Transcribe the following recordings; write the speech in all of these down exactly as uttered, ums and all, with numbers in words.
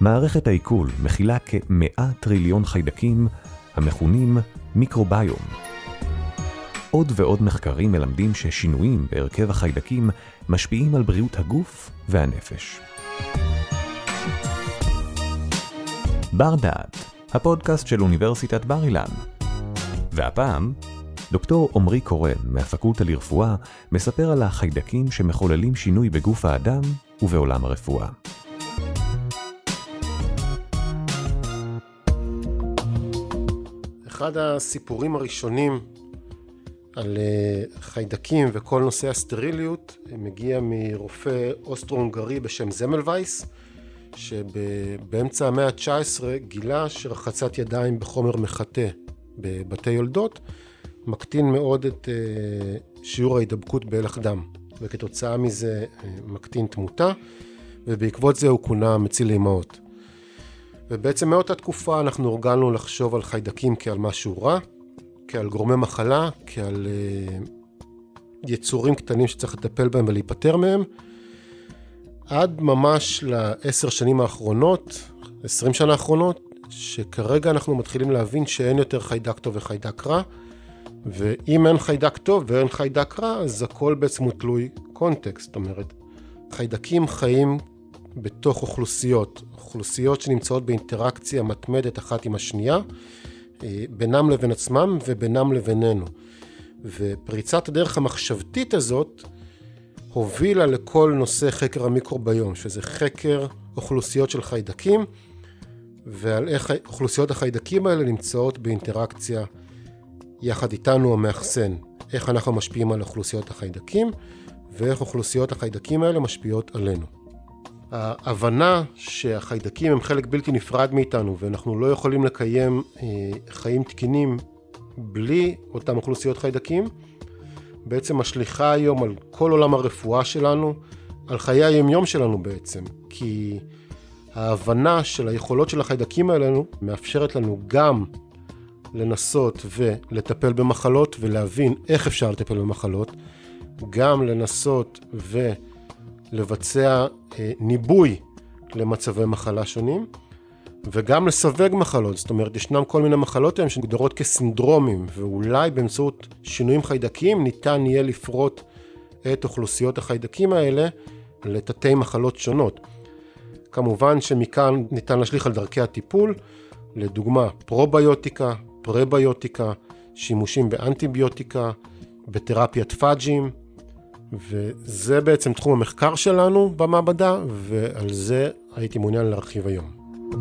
מערכת העיכול מכילה כמאה טריליון חיידקים המכונים מיקרוביום. עוד ועוד מחקרים מלמדים ששינויים בהרכב החיידקים משפיעים על בריאות הגוף והנפש. בר דעת, הפודקאסט של אוניברסיטת בר אילן. והפעם, דוקטור עמרי קורן מהפקולטה לרפואה מספר על החיידקים שמחוללים שינוי בגוף האדם ובעולם הרפואה. אחד הסיפורים הראשונים על חיידקים וכל נושא הסטריליות מגיע מרופא אוסטרו-הונגרי בשם זמלווייס, שבאמצע המאה ה-תשע עשרה גילה שרחצת ידיים בחומר מחטא בבתי יולדות מקטין מאוד את שיעור ההידבקות בהלך דם, וכתוצאה מזה מקטין תמותה, ובעקבות זה הוא כונה מציל לאימהות. ובעצם מאותה תקופה אנחנו הורגלנו לחשוב על חיידקים כעל משהו רע, כעל גורמי מחלה, כעל יצורים קטנים שצריך לטפל בהם ולהיפטר מהם, עד ממש לעשר שנים האחרונות, עשרים שנה האחרונות, שכרגע אנחנו מתחילים להבין שאין יותר חיידק טוב וחיידק רע, ואם אין חיידק טוב ואין חיידק רע, אז הכל בעצם הוא תלוי קונטקסט. זאת אומרת, חיידקים חיים בתוך אוכלוסיות, אוכלוסיות שנמצאות באינטראקציה מתמדת אחת עם השנייה, בינם לבין עצמם ובינם לבינינו. ופריצת הדרך המחשבתית הזאת הובילה לכל נושא חקר המיקרוביום, שזה חקר אוכלוסיות של חיידקים, ועל איך אוכלוסיות החיידקים האלה נמצאות באינטראקציה יחד איתנו המאחסן. איך אנחנו משפיעים על אוכלוסיות החיידקים, ואיך אוכלוסיות החיידקים האלה משפיעות עלינו. ההבנה שהחיידקים הם חלק בלתי נפרד מאיתנו, ואנחנו לא יכולים לקיים אה, חיים תקינים בלי אותם אוכלוסיות חיידקים, בעצם משליכה היום על כל עולם הרפואה שלנו, על חיי היומיום שלנו בעצם, כי ההבנה של היכולות של החיידקים האלה מאפשרת לנו גם לנסות ולטפל במחלות ולהבין איך אפשר לטפל במחלות, גם לנסות ולבצע אה, ניבוי למצבי מחלה שונים, וגם לסווג מחלות. זאת אומרת, ישנם כל מיני מחלות היום שמוגדרות כסינדרומים, ואולי באמצעות שינויים חיידקיים ניתן יהיה לפרוט את אוכלוסיות החיידקים האלה לתתי מחלות שונות. כמובן שמכאן ניתן להשליך על דרכי הטיפול, לדוגמה פרוביוטיקה, פרביוטיקה, שימושים באנטיביוטיקה, בתרפיית פאג'ים, וזה בעצם תחום המחקר שלנו במעבדה, ועל זה הייתי מעוניין להרחיב היום.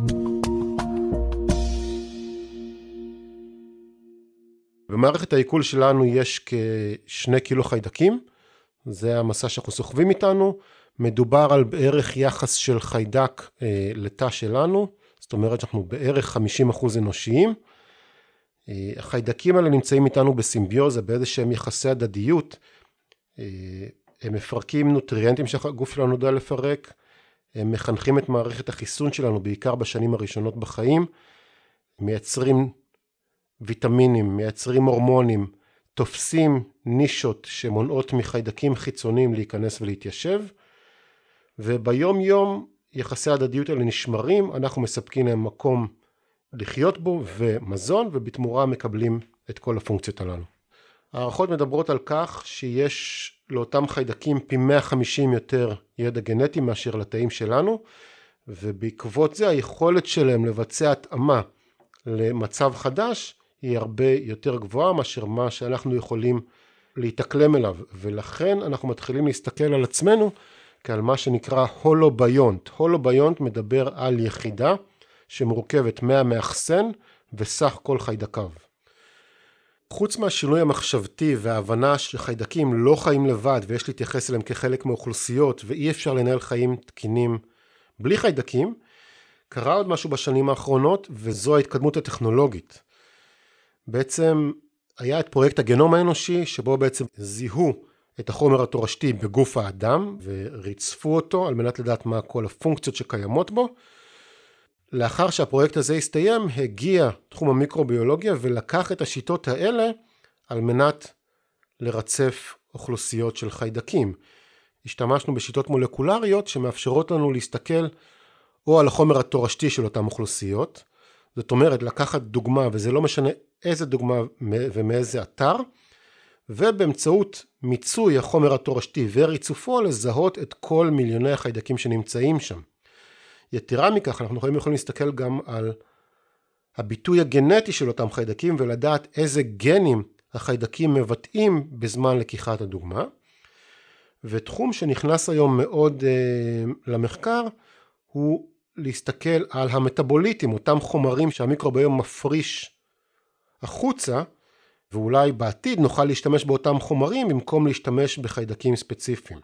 במערכת העיכול שלנו יש כשני קילו חיידקים, זה המסע שאנחנו סוחבים איתנו, מדובר על בערך יחס של חיידק אה, לתא שלנו, זאת אומרת שאנחנו בערך חמישים אחוז אנושיים. אה, החיידקים האלה נמצאים איתנו בסימביוזה, באיזה שהם יחסי הדדיות, אה, הם מפרקים נוטריאנטים שהגוף שלנו יודע לפרק, הם מחנכים את מערכת החיסון שלנו, בעיקר בשנים הראשונות בחיים, מייצרים ויטמינים, מייצרים הורמונים, תופסים נישות שמונעות מחיידקים חיצוניים להיכנס ולהתיישב, וביום יום יחסי הדדיות האלה נשמרים, אנחנו מספקים להם מקום לחיות בו ומזון, ובתמורה מקבלים את כל הפונקציות הללו. הערכות מדברות על כך שיש לאותם חיידקים פי מאה וחמישים יותר ידע גנטי מאשר לתאים שלנו, ובעקבות זה היכולת שלהם לבצע התאמה למצב חדש היא הרבה יותר גבוהה מאשר מה שאנחנו יכולים להתאקלם אליו, ולכן אנחנו מתחילים להסתכל על עצמנו כעל מה שנקרא הולוביונט. הולוביונט מדבר על יחידה שמורכבת מהמאחסן וסך כל חיידקיו. חוץ מהשינוי המחשבתי וההבנה שחיידקים לא חיים לבד ויש להתייחס אליהם כחלק מאוכלוסיות ואי אפשר לנהל חיים תקינים בלי חיידקים, קרה עוד משהו בשנים האחרונות, וזו ההתקדמות הטכנולוגית. בעצם היה את פרויקט הגנום האנושי, שבו בעצם זיהו את החומר התורשתי בגוף האדם, וריצפו אותו על מנת לדעת מה כל הפונקציות שקיימות בו. לאחר שהפרויקט הזה הסתיים, הגיע תחום המיקרוביולוגיה ולקח את השיטות האלה על מנת לרצף אוכלוסיות של חיידקים. השתמשנו בשיטות מולקולריות שמאפשרות לנו להסתכל או על החומר התורשתי של אותם אוכלוסיות. זאת אומרת, לקחת דוגמה, וזה לא משנה איזה דוגמה ומאיזה אתר, ובאמצעות מיצוי החומר התורשתי וריצופו לזהות את כל מיליוני החיידקים שנמצאים שם. יתרה מכך, אנחנו יכולים, יכולים להסתכל גם על הביטוי הגנטי של אותם חיידקים ולדעת איזה גנים החיידקים מבטאים בזמן לקיחת הדוגמה. ותחום שנכנס היום מאוד uh, למחקר הוא להסתכל על המטאבוליטים, אותם חומרים שהמיקרוביום מפריש החוצה, ואולי בעתיד נוכל להשתמש באותם חומרים במקום להשתמש בחיידקים ספציפיים.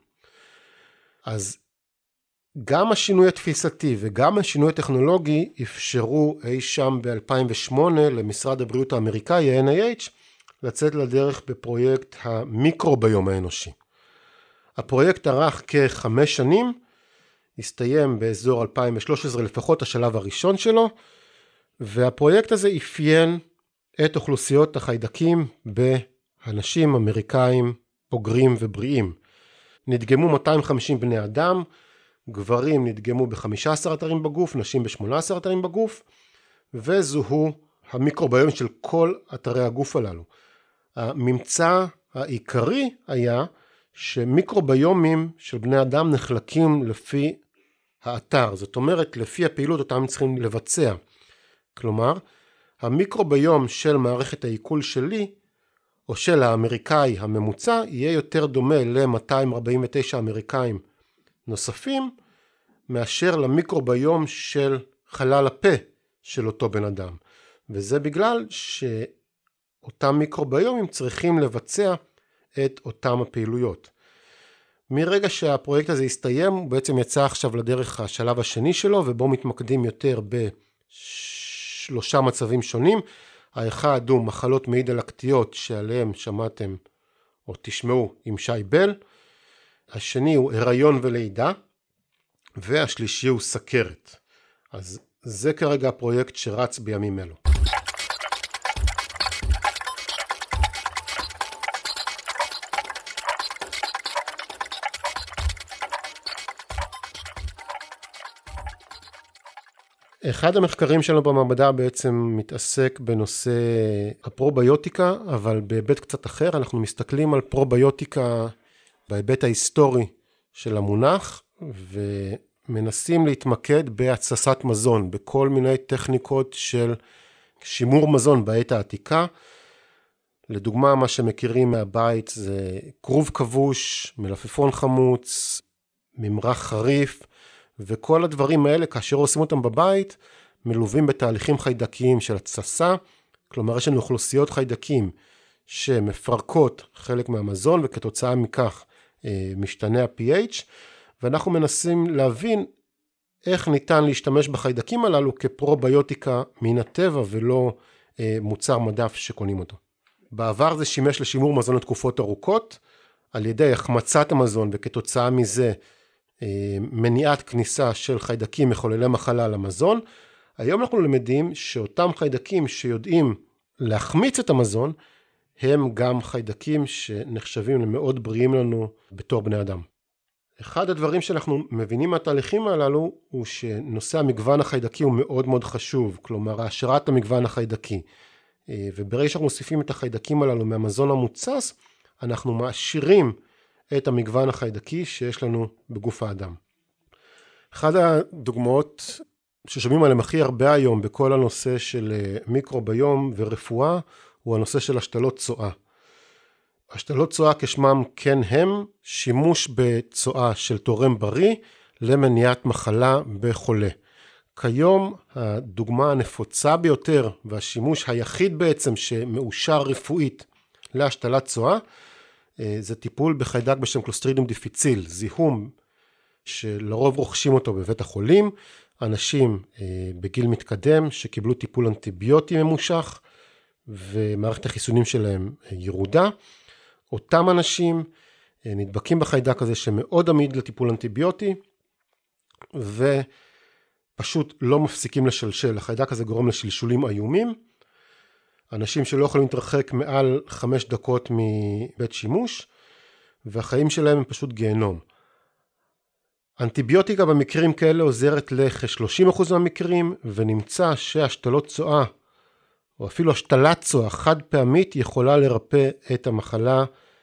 אז גם השינוי התפיסתי וגם השינוי הטכנולוגי אפשרו אי שם ב-אלפיים ושמונה למשרד הבריאות האמריקאי, ה-אן איי אייץ', לצאת לדרך בפרויקט המיקרוביום האנושי. הפרויקט ארך כחמש שנים, הסתיים באזור אלפיים ושלוש עשרה לפחות השלב הראשון שלו, והפרויקט הזה אפיין את אוכלוסיות החיידקים באנשים אמריקאים בוגרים ובריאים. נדגמו מאתיים וחמישים בני אדם, גברים נדגמו ב-חמישה עשר אתרים בגוף, נשים ב-שמונה עשר אתרים בגוף, וזוהו המיקרוביום של כל אתרי הגוף הללו. הממצא העיקרי היה שמיקרוביומים של בני אדם נחלקים לפי האתר, זאת אומרת לפי הפעילות אותם הם צריכים לבצע. כלומר, המיקרוביום של מערכת העיכול שלי, או של האמריקאי הממוצע, יהיה יותר דומה ל-מאתיים ארבעים ותשע אמריקאים נוספים, מאשר למיקרוביום של חלל הפה של אותו בן אדם. וזה בגלל שאותם מיקרוביומים צריכים לבצע את אותם הפעילויות. מרגע שהפרויקט הזה הסתיים, הוא בעצם יצא עכשיו לדרך השלב השני שלו, ובו מתמקדים יותר בשלושה מצבים שונים. האחד הוא מחלות מעי דלקתיות שעליהם שמעתם או תשמעו עם שי בל. השני הוא הריון ולידה, והשלישי הוא סכרת. אז זה כרגע הפרויקט שרץ בימים אלו. אחד המחקרים שלנו במעבדה בעצם מתעסק בנושא הפרוביוטיקה, אבל בהיבט קצת אחר. אנחנו מסתכלים על פרוביוטיקה בהיבט ההיסטורי של המונח, ומנסים להתמקד בהתססת מזון, בכל מיני טכניקות של שימור מזון בעת העתיקה. לדוגמה, מה שמכירים מהבית זה כרוב כבוש, מלפפון חמוץ, ממרח חריף, וכל הדברים האלה, כאשר עושים אותם בבית, מלווים בתהליכים חיידקיים של התססה. כלומר, יש לנו אוכלוסיות חיידקים שמפרקות חלק מהמזון, וכתוצאה מכך משתנה ה-פי אייץ', ואנחנו מנסים להבין איך ניתן להשתמש בחיידקים הללו כפרוביוטיקה מן הטבע, ולא מוצר מדף שקונים אותו. בעבר זה שימש לשימור מזון לתקופות ארוכות, על ידי החמצת המזון, וכתוצאה מזה מניעת כניסה של חיידקים מחוללי מחלה למזון. היום אנחנו למדים שאותם חיידקים שיודעים להחמיץ את המזון, הם גם חיידקים שנחשבים למאוד בריאים לנו בתור בני אדם. אחד הדברים שאנחנו מבינים מהתהליכים הללו, הוא שנושא המגוון החיידקי הוא מאוד מאוד חשוב, כלומר העשרת המגוון החיידקי. וברגע שאנחנו מוסיפים את החיידקים הללו מהמזון המוצס, אנחנו מעשירים את המגוון החיידקי שיש לנו בגוף האדם. אחד הדוגמאות ששומעים עליהם הכי הרבה היום בכל הנושא של מיקרוביום ורפואה, הוא הנושא של השתלות צואה. השתלות צואה כשמם כן הם, שימוש בצואה של תורם בריא למניעת מחלה בחולה. כיום הדוגמה הנפוצה ביותר והשימוש היחיד בעצם שמאושר רפואית להשתלת צואה, זה טיפול בחיידק בשם קלוסטרידיום דיפיציל, זיהום שלרוב רוכשים אותו בבית החולים, אנשים בגיל מתקדם שקיבלו טיפול אנטיביוטי ממושך, ומערכת החיסונים שלהם ירודה. אותם אנשים נדבקים בחיידק הזה שמאוד עמיד לטיפול אנטיביוטי, ופשוט לא מפסיקים לשלשל. החיידק הזה גורם לשלשולים איומים, אנשים שלא יכולים להתרחק מעל חמש דקות מבית שימוש, והחיים שלהם הם פשוט גיהנום. אנטיביוטיקה במקרים כאלה עוזרת ל-שלושים אחוז מהמקרים, ונמצא שהשתלות צואה, או אפילו השתלת צואה חד פעמית, יכולה לרפא את המחלה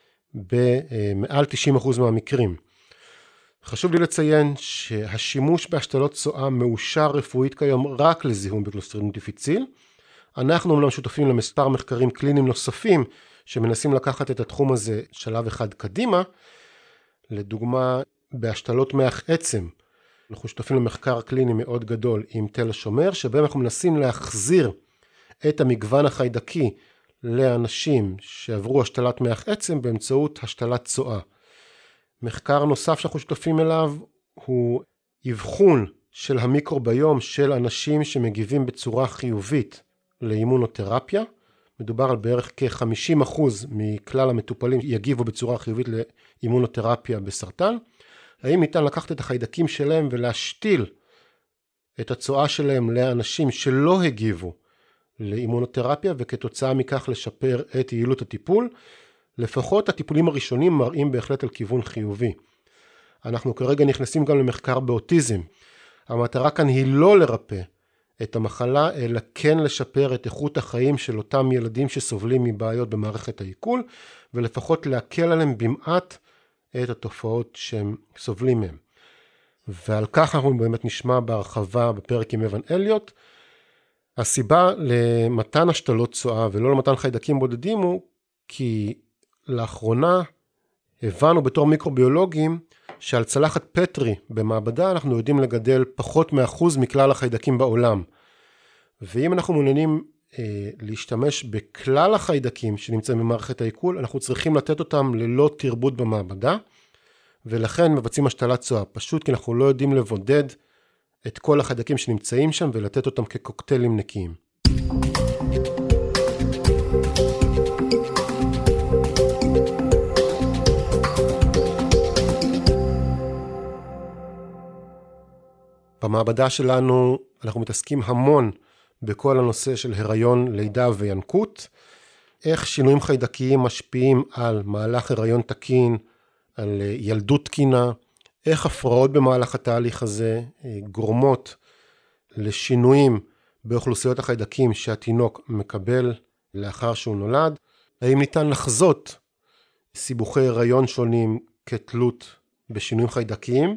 במעל תשעים אחוז מהמקרים. חשוב לי לציין שהשימוש בהשתלות צואה מאושר רפואית כיום רק לזיהום בקלוסטרידיום דיפיציל. אנחנו אומנם שותפים למספר מחקרים קליניים נוספים שמנסים לקחת את התחום הזה שלב אחד קדימה. לדוגמה, בהשתלות מח עצם, אנחנו שותפים למחקר קליני מאוד גדול עם תל השומר, שבהם אנחנו מנסים להחזיר את המגוון החיידקי לאנשים שעברו השתלת מח עצם באמצעות השתלת צואה. מחקר נוסף שאנחנו שותפים אליו הוא אבחון של המיקרוביום של אנשים שמגיבים בצורה חיובית לאימונותרפיה. מדובר על בערך כ-חמישים אחוז מכלל המטופלים יגיבו בצורה חיובית לאימונותרפיה בסרטן. האם ניתן לקחת את החיידקים שלהם ולהשתיל את הצואה שלהם לאנשים שלא הגיבו לאימונותרפיה, וכתוצאה מכך לשפר את יעילות הטיפול? לפחות הטיפולים הראשונים מראים בהחלט על כיוון חיובי. אנחנו כרגע נכנסים גם למחקר באוטיזם. המטרה כאן היא לא לרפא את המחלה, אלא כן לשפר את איכות החיים של אותם ילדים שסובלים מבעיות במערכת העיכול, ולפחות להקל עליהם במעט את התופעות שהם סובלים מהם. ועל כך אנחנו באמת נשמע בהרחבה בפרק עם אבן אליוט. הסיבה למתן השתלות צואה ולא למתן חיידקים בודדים הוא כי לאחרונה הבנו בתור מיקרוביולוגים שעל צלחת פטרי במעבדה אנחנו יודעים לגדל פחות מאחוז מכלל החיידקים בעולם. ואם אנחנו מעוניינים אה, להשתמש בכלל החיידקים שנמצאים במערכת העיכול, אנחנו צריכים לתת אותם ללא תרבות במעבדה, ולכן מבצעים השתלת צואה, פשוט כי אנחנו לא יודעים לבודד את כל החיידקים שנמצאים שם ולתת אותם כקוקטיילים נקיים. במעבדה שלנו אנחנו מתעסקים המון בכל הנושא של הריון, לידה וינקות, איך שינויים חיידקיים משפיעים על מהלך הריון תקין, על ילדות תקינה, איך הפרעות במהלך התהליך הזה גורמות לשינויים באוכלוסיות החיידקים שהתינוק מקבל לאחר שהוא נולד, האם ניתן לחזות סיבוכי הריון שונים כתלות בשינויים חיידקיים,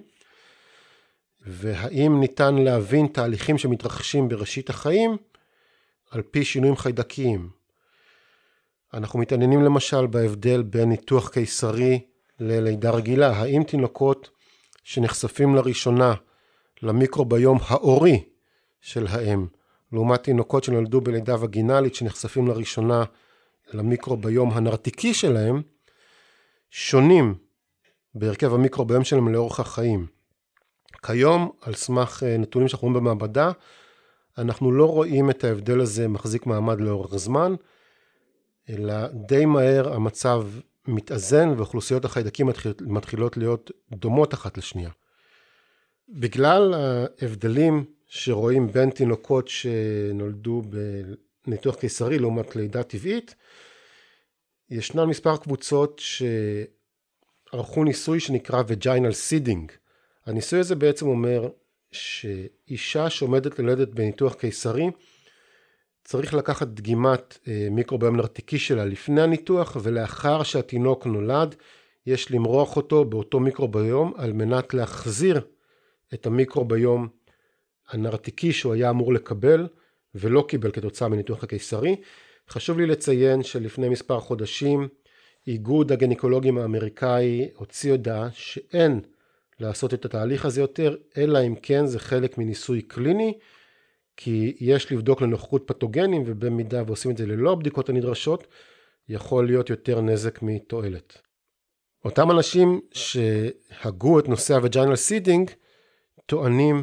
והאם ניתן להבין תהליכים שמתרחשים בראשית החיים על פי שינויים חיידקיים. אנחנו מתעניינים למשל בהבדל בין ניתוח קיסרי ללידה רגילה. האם תינוקות שנחשפים לראשונה למיקרוביום האורי של האם, לעומת תינוקות שנולדו בלידה וגינלית שנחשפים לראשונה למיקרוביום הנרתיקי שלהם, שונים בהרכב המיקרוביום שלהם לאורך החיים. כיום, על סמך נתונים שאנחנו רואים במעבדה, אנחנו לא רואים את ההבדל הזה מחזיק מעמד לאורך זמן, אלא די מהר המצב מתאזן ואוכלוסיות החיידקים מתחילות להיות דומות אחת לשנייה. בגלל ההבדלים שרואים בין תינוקות שנולדו בניתוח קיסרי לעומת לידה טבעית, ישנן מספר קבוצות שערכו ניסוי שנקרא vaginal seeding. הניסוי הזה בעצם אומר שאישה שעומדת ללדת בניתוח קיסרי, צריך לקחת דגימת מיקרוביום נרתיקי שלה לפני הניתוח, ולאחר שהתינוק נולד, יש למרוח אותו באותו מיקרוביום, על מנת להחזיר את המיקרוביום הנרתיקי שהוא היה אמור לקבל, ולא קיבל כתוצאה מניתוח הקיסרי. חשוב לי לציין שלפני מספר חודשים, איגוד הגניקולוגים האמריקאי הוציא הודעה שאין לעשות את התהליך הזה יותר, אלא אם כן זה חלק מניסוי קליני, כי יש לבדוק לנוכחות פתוגנים, ובמידה ועושים את זה ללא הבדיקות הנדרשות, יכול להיות יותר נזק מתועלת. אותם אנשים שהגו את נושא ה-vaginal seeding, טוענים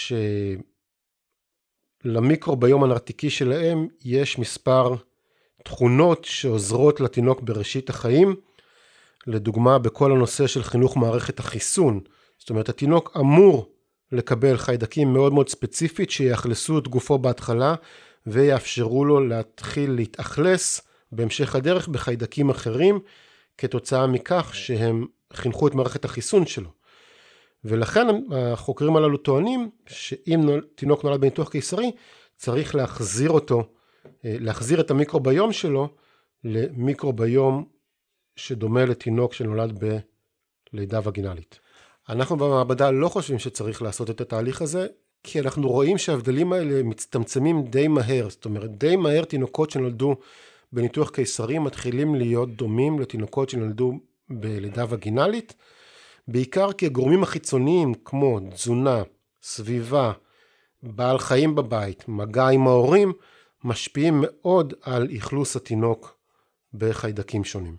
שלמיקרוביום הנרתיקי שלהם יש מספר תכונות שעוזרות לתינוק בראשית החיים, לדוגמה בכל הנושא של חינוך מערכת החיסון. זאת אומרת, התינוק אמור לקבל חיידקים מאוד מאוד ספציפית שיאכלסו את גופו בהתחלה ויאפשרו לו להתחיל להתאכלס בהמשך הדרך בחיידקים אחרים, כתוצאה מכך שהם חינכו את מערכת החיסון שלו. ולכן החוקרים הללו טוענים שאם תינוק נולד בניתוח קיסרי, צריך להחזיר אותו, להחזיר את המיקרוביום שלו למיקרוביום שדומה לתינוק שנולד בלידה וגינלית. אנחנו במעבדה לא חושבים שצריך לעשות את התהליך הזה, כי אנחנו רואים שההבדלים האלה מצטמצמים די מהר, זאת אומרת די מהר תינוקות שנולדו בניתוח קיסרי מתחילים להיות דומים לתינוקות שנולדו בלידה וגינלית, בעיקר כי הגורמים החיצוניים כמו תזונה, סביבה, בעל חיים בבית, מגע עם ההורים, משפיעים מאוד על אכלוס התינוק בחיידקים שונים.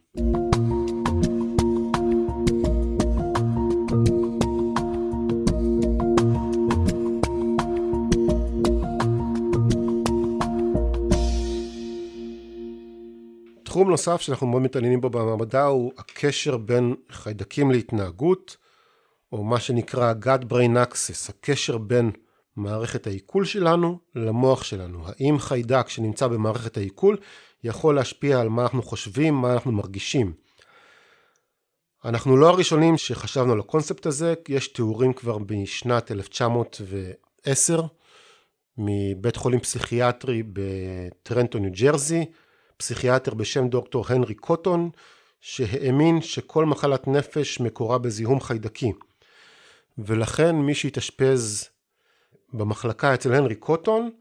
תחום נוסף שאנחנו מאוד מתעניינים בו במעבדה הוא הקשר בין חיידקים להתנהגות, או מה שנקרא gut-brain axis, הקשר בין מערכת העיכול שלנו למוח שלנו. האם חיידק שנמצא במערכת העיכול יכול להשפיע על מה אנחנו חושבים, מה אנחנו מרגישים. אנחנו לא הראשונים שחשבנו על הקונספט הזה, יש תיאורים כבר בשנת אלף תשע מאות ועשר, מבית חולים פסיכיאטרי בטרנטון, ניו ג'רזי, פסיכיאטר בשם דוקטור הנרי קוטון, שהאמין שכל מחלת נפש מקורה בזיהום חיידקי. ולכן מי שהתאשפז במחלקה אצל הנרי קוטון,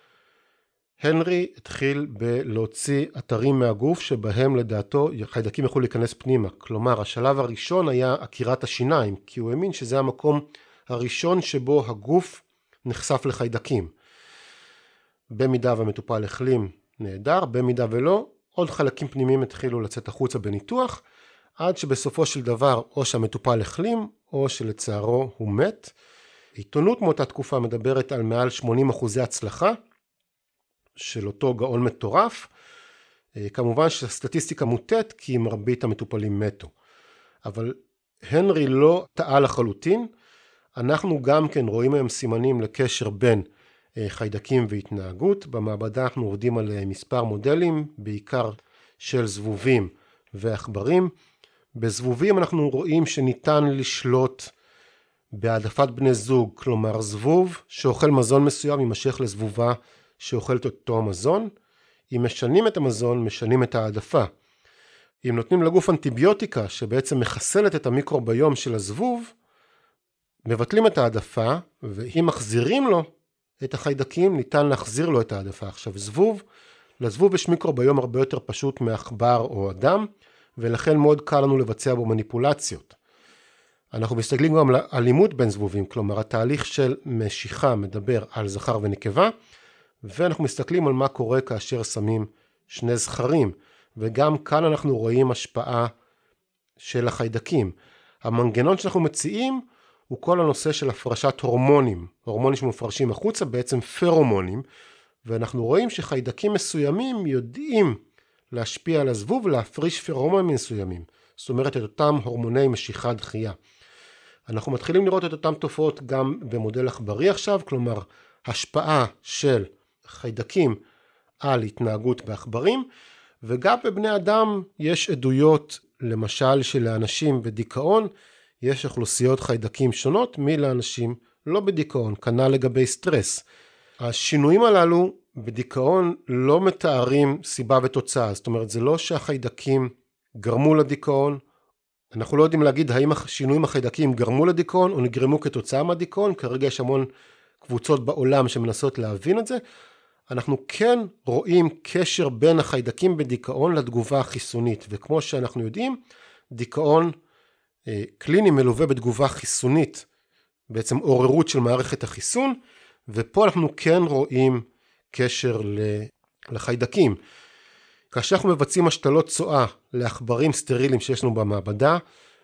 הנרי התחיל בלהוציא אתרים מהגוף שבהם לדעתו חיידקים יכולו להיכנס פנימה. כלומר, השלב הראשון היה עקירת השיניים, כי הוא האמין שזה המקום הראשון שבו הגוף נחשף לחיידקים. במידה והמטופל החלים נהדר, במידה ולא, עוד חלקים פנימיים התחילו לצאת החוצה בניתוח, עד שבסופו של דבר או שהמטופל החלים, או שלצערו הוא מת. עיתונות מאותה תקופה מדברת על מעל שמונים אחוזי הצלחה של אותו גאון מטורף. כמובן שהסטטיסטיקה מוטט כי מרבית המטופלים מתו. אבל הנרי לא טעה לחלוטין. אנחנו גם כן רואים היום סימנים לקשר בין חיידקים והתנהגות. במעבדה אנחנו עובדים על מספר מודלים, בעיקר של זבובים ועכברים. בזבובים אנחנו רואים שניתן לשלוט בהעדפת בני זוג, כלומר זבוב שאוכל מזון מסוים יימשך לזבובה שאוכלת אותו המזון. אם משנים את המזון, משנים את העדפה. אם נותנים לגוף אנטיביוטיקה שבעצם מחסלת את המיקרוביום של הזבוב, מבטלים את העדפה, ואם מחזירים לו את החיידקים, ניתן להחזיר לו את העדפה. עכשיו זבוב, לזבוב יש מיקרוביום הרבה יותר פשוט מעכבר או אדם, ולכן מאוד קל לנו לבצע בו מניפולציות. אנחנו מסתכלים גם על אלימות בין זבובים, כלומר התהליך של משיכה מדבר על זכר ונקבה, ואנחנו מסתכלים על מה קורה כאשר שמים שני זכרים, וגם כאן אנחנו רואים השפעה של החיידקים. המנגנון שאנחנו מציעים הוא כל הנושא של הפרשת הורמונים, הורמונים שמופרשים החוצה, בעצם פרומונים, ואנחנו רואים שחיידקים מסוימים יודעים להשפיע על הזבוב ולהפריש פרומונים מסוימים, זאת אומרת את אותם הורמוני משיכה דחייה. אנחנו מתחילים לראות את אותם תופעות גם במודל עכברי עכשיו, כלומר השפעה של חיידקים על התנהגות בעכברים, וגם בבני אדם יש עדויות, למשל שלאנשים בדיכאון יש אוכלוסיות חיידקים שונות מלאנשים לא בדיכאון, כנ"ל לגבי סטרס. השינויים הללו בדיכאון לא מתארים סיבה ותוצאה, זאת אומרת זה לא שהחיידקים גרמו לדיכאון, אנחנו לא יודעים להגיד האם השינויים החיידקים גרמו לדיכאון או נגרמו כתוצאה מהדיכאון, כרגע יש המון קבוצות בעולם שמנסות להבין את זה. אנחנו כן רואים קשר בין החיידקים בדיכאון לתגובה החיסונית, וכמו שאנחנו יודעים, דיכאון אה, קליני מלווה בתגובה חיסונית, בעצם עוררות של מערכת החיסון, ופה אנחנו כן רואים קשר לחיידקים. כאשר אנחנו מבצעים השתלות צואה לעכברים סטרילים שיש לנו במעבדה,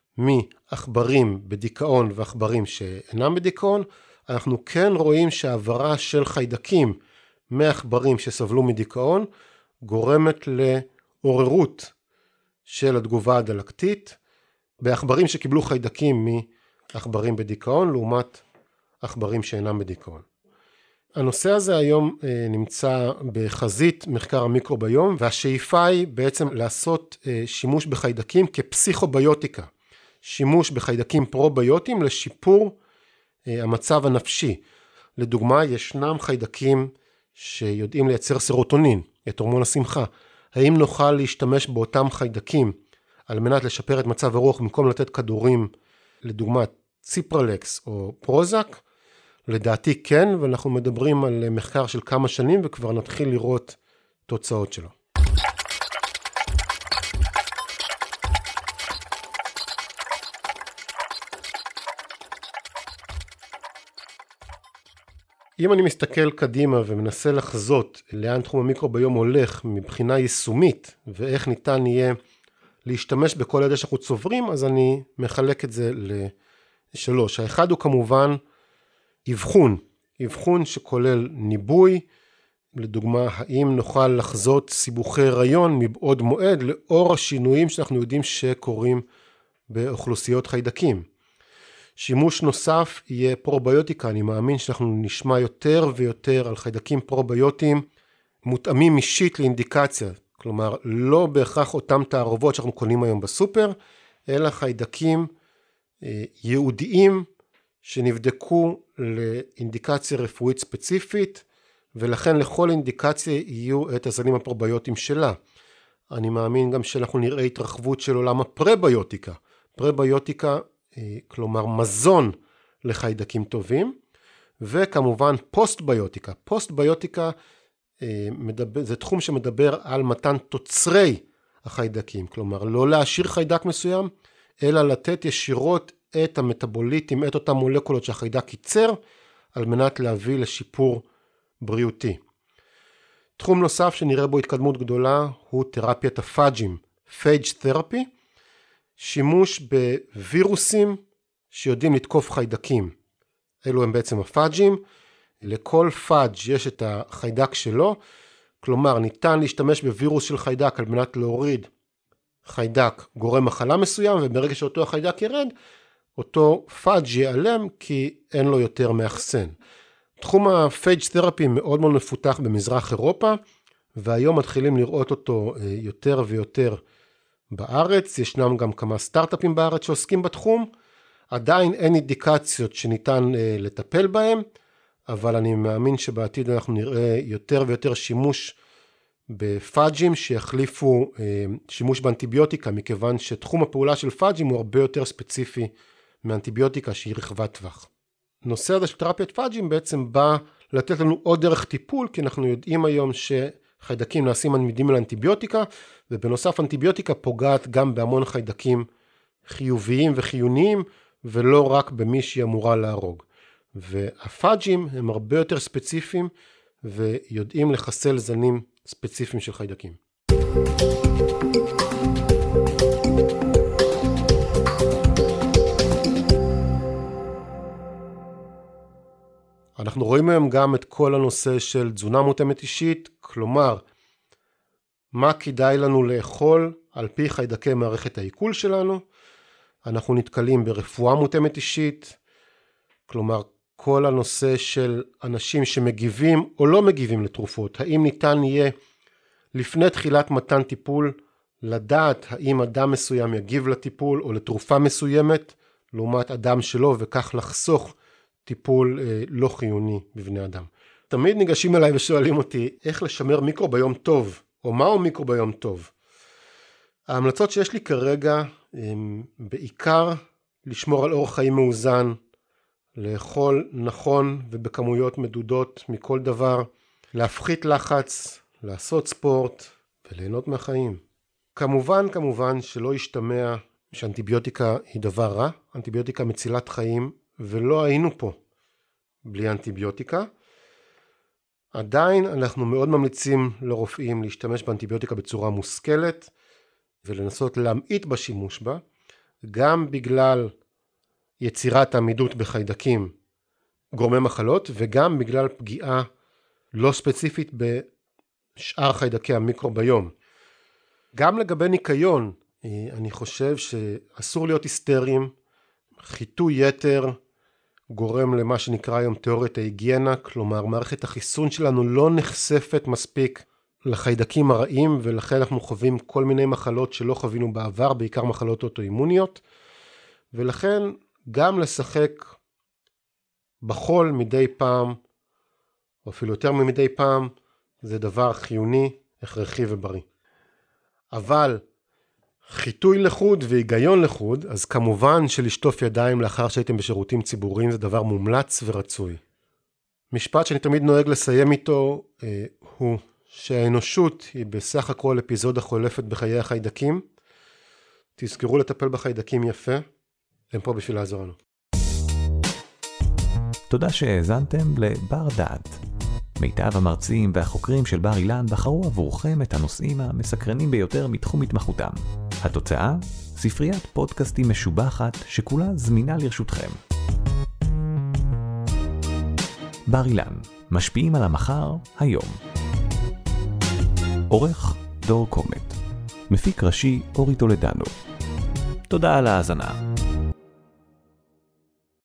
מעכברים בדיכאון ועכברים שאינם בדיכאון, אנחנו כן רואים שהעברה של חיידקים מעכברים שסבלו מדיכאון גורמת לעוררות של התגובה הדלקתית בעכברים שקיבלו חיידקים מעכברים בדיכאון לעומת עכברים שאינם בדיכאון. הנושא הזה היום נמצא בחזית מחקר המיקרוביום, והשאיפה היא בעצם לעשות שימוש בחיידקים כפסיכוביוטיקה, שימוש בחיידקים פרוביוטיים לשיפור המצב הנפשי. לדוגמה, ישנם חיידקים שיודעים לייצר סרוטונין, את הורמון השמחה. האם נוכל להשתמש באותם חיידקים על מנת לשפר את מצב הרוח במקום לתת כדורים, לדוגמה ציפרלקס או פרוזק? לדעתי כן, ואנחנו מדברים על מחקר של כמה שנים וכבר נתחיל לראות תוצאות שלו. אם אני מסתכל קדימה ומנסה לחזות לאן תחום המיקרוביום הולך מבחינה יישומית ואיך ניתן יהיה להשתמש בכל ידע שאנחנו צוברים, אז אני מחלק את זה לשלוש. האחד הוא כמובן אבחון, אבחון שכולל ניבוי, לדוגמה האם נוכל לחזות סיבוכי הריון מבעוד מועד לאור השינויים שאנחנו יודעים שקורים באוכלוסיות חיידקים. שימוש נוסף יהיה פרוביוטיקה, אני מאמין שאנחנו נשמע יותר ויותר על חיידקים פרוביוטיים מותאמים אישית לאינדיקציה, כלומר לא בהכרח אותם תערובות שאנחנו קונים היום בסופר, אלא חיידקים ייעודיים שנבדקו לאינדיקציה רפואית ספציפית, ולכן לכל אינדיקציה יהיו את הזנים הפרוביוטיים שלה. אני מאמין גם שאנחנו נראה התרחבות של עולם הפרביוטיקה. פרביוטיקה, כלומר מזון לחיידקים טובים, וכמובן פוסט ביוטיקה. פוסט ביוטיקה זה תחום שמדבר על מתן תוצרי החיידקים, כלומר לא להשאיר חיידק מסוים, אלא לתת ישירות את המטאבוליטים, את אותם מולקולות שהחיידק ייצר, על מנת להביא לשיפור בריאותי. תחום נוסף שנראה בו התקדמות גדולה הוא תרפיית הפאג'ים, פייג' תרפי, שימוש בווירוסים שיודעים לתקוף חיידקים. אלו הם בעצם הפאג'ים, לכל פאג' יש את החיידק שלו, כלומר ניתן להשתמש בווירוס של חיידק על מנת להוריד חיידק גורם מחלה מסוים, וברגע שאותו החיידק ירד, אותו פאג' ייעלם כי אין לו יותר מאחסן. תחום הפייג' תרפי מאוד מאוד מפותח במזרח אירופה, והיום מתחילים לראות אותו יותר ויותר בארץ. ישנם גם כמה סטארט-אפים בארץ שעוסקים בתחום, עדיין אין אינדיקציות שניתן לטפל בהם, אבל אני מאמין שבעתיד אנחנו נראה יותר ויותר שימוש בפאג'ים שיחליפו שימוש באנטיביוטיקה, מכיוון שתחום הפעולה של פאג'ים הוא הרבה יותר ספציפי מאנטיביוטיקה שהיא רחבת טווח. נושא הזה של תרפיית פאג'ים בעצם בא לתת לנו עוד דרך טיפול, כי אנחנו יודעים היום שחיידקים נעשים עמידים לאנטיביוטיקה, ובנוסף אנטיביוטיקה פוגעת גם בהמון חיידקים חיוביים וחיוניים, ולא רק במי שהיא אמורה להרוג. והפאג'ים הם הרבה יותר ספציפיים, ויודעים לחסל זנים ספציפיים של חיידקים. אנחנו רואים היום גם את כל הנושא של תזונה מותאמת אישית, כלומר, מה כדאי לנו לאכול על פי חיידקי מערכת העיכול שלנו. אנחנו נתקלים ברפואה מותאמת אישית, כלומר, כל הנושא של אנשים שמגיבים או לא מגיבים לתרופות. האם ניתן יהיה לפני תחילת מתן טיפול לדעת האם אדם מסוים יגיב לטיפול או לתרופה מסוימת לעומת אדם שלו, וכך לחסוך טיפול אה, לא חיוני בבני אדם. תמיד ניגשים אליי ושואלים אותי איך לשמר מיקרוביום טוב, או מהו מיקרוביום טוב. ההמלצות שיש לי כרגע הם בעיקר לשמור על אורח חיים מאוזן, לאכול נכון ובכמויות מדודות מכל דבר, להפחית לחץ, לעשות ספורט וליהנות מהחיים. כמובן, כמובן שלא ישתמע שאנטיביוטיקה היא דבר רע, אנטיביוטיקה מצילת חיים, ולא היינו פה בלי אנטיביוטיקה. עדיין אנחנו מאוד ממליצים לרופאים להשתמש באנטיביוטיקה בצורה מושכלת, ולנסות להמעיט בשימוש בה, גם בגלל יצירת עמידות בחיידקים גורמי מחלות, וגם בגלל פגיעה לא ספציפית בשאר חיידקי המיקרוביום. גם לגבי ניקיון, אני חושב שאסור להיות היסטריים, חיטוי יתר גורם למה שנקרא היום תיאוריית ההיגיינה, כלומר מערכת החיסון שלנו לא נחשפת מספיק לחיידקים הרעים, ולכן אנחנו חווים כל מיני מחלות שלא חווינו בעבר, בעיקר מחלות אוטואימוניות. ולכן גם לשחק בחול מדי פעם, או אפילו יותר ממדי פעם, זה דבר חיוני, הכרחי ובריא. אבל חיטוי לחוד והיגיון לחוד, אז כמובן שלשטוף ידיים לאחר שהייתם בשירותים ציבוריים זה דבר מומלץ ורצוי. משפט שאני תמיד נוהג לסיים איתו אה, הוא שהאנושות היא בסך הכל אפיזודה חולפת בחיי החיידקים. תזכרו לטפל בחיידקים יפה, הם פה בשביל לעזור לנו. תודה שהאזנתם לבר דעת. מיטב המרצים והחוקרים של בר אילן בחרו עבורכם את הנושאים המסקרנים ביותר מתחום התמחותם. התוצאה? ספריית פודקאסטים משובחת שכולה זמינה לרשותכם. בר אילן, משפיעים על המחר היום. עורך דור קומט, מפיק ראשי אורי טולדנו. תודה על ההאזנה.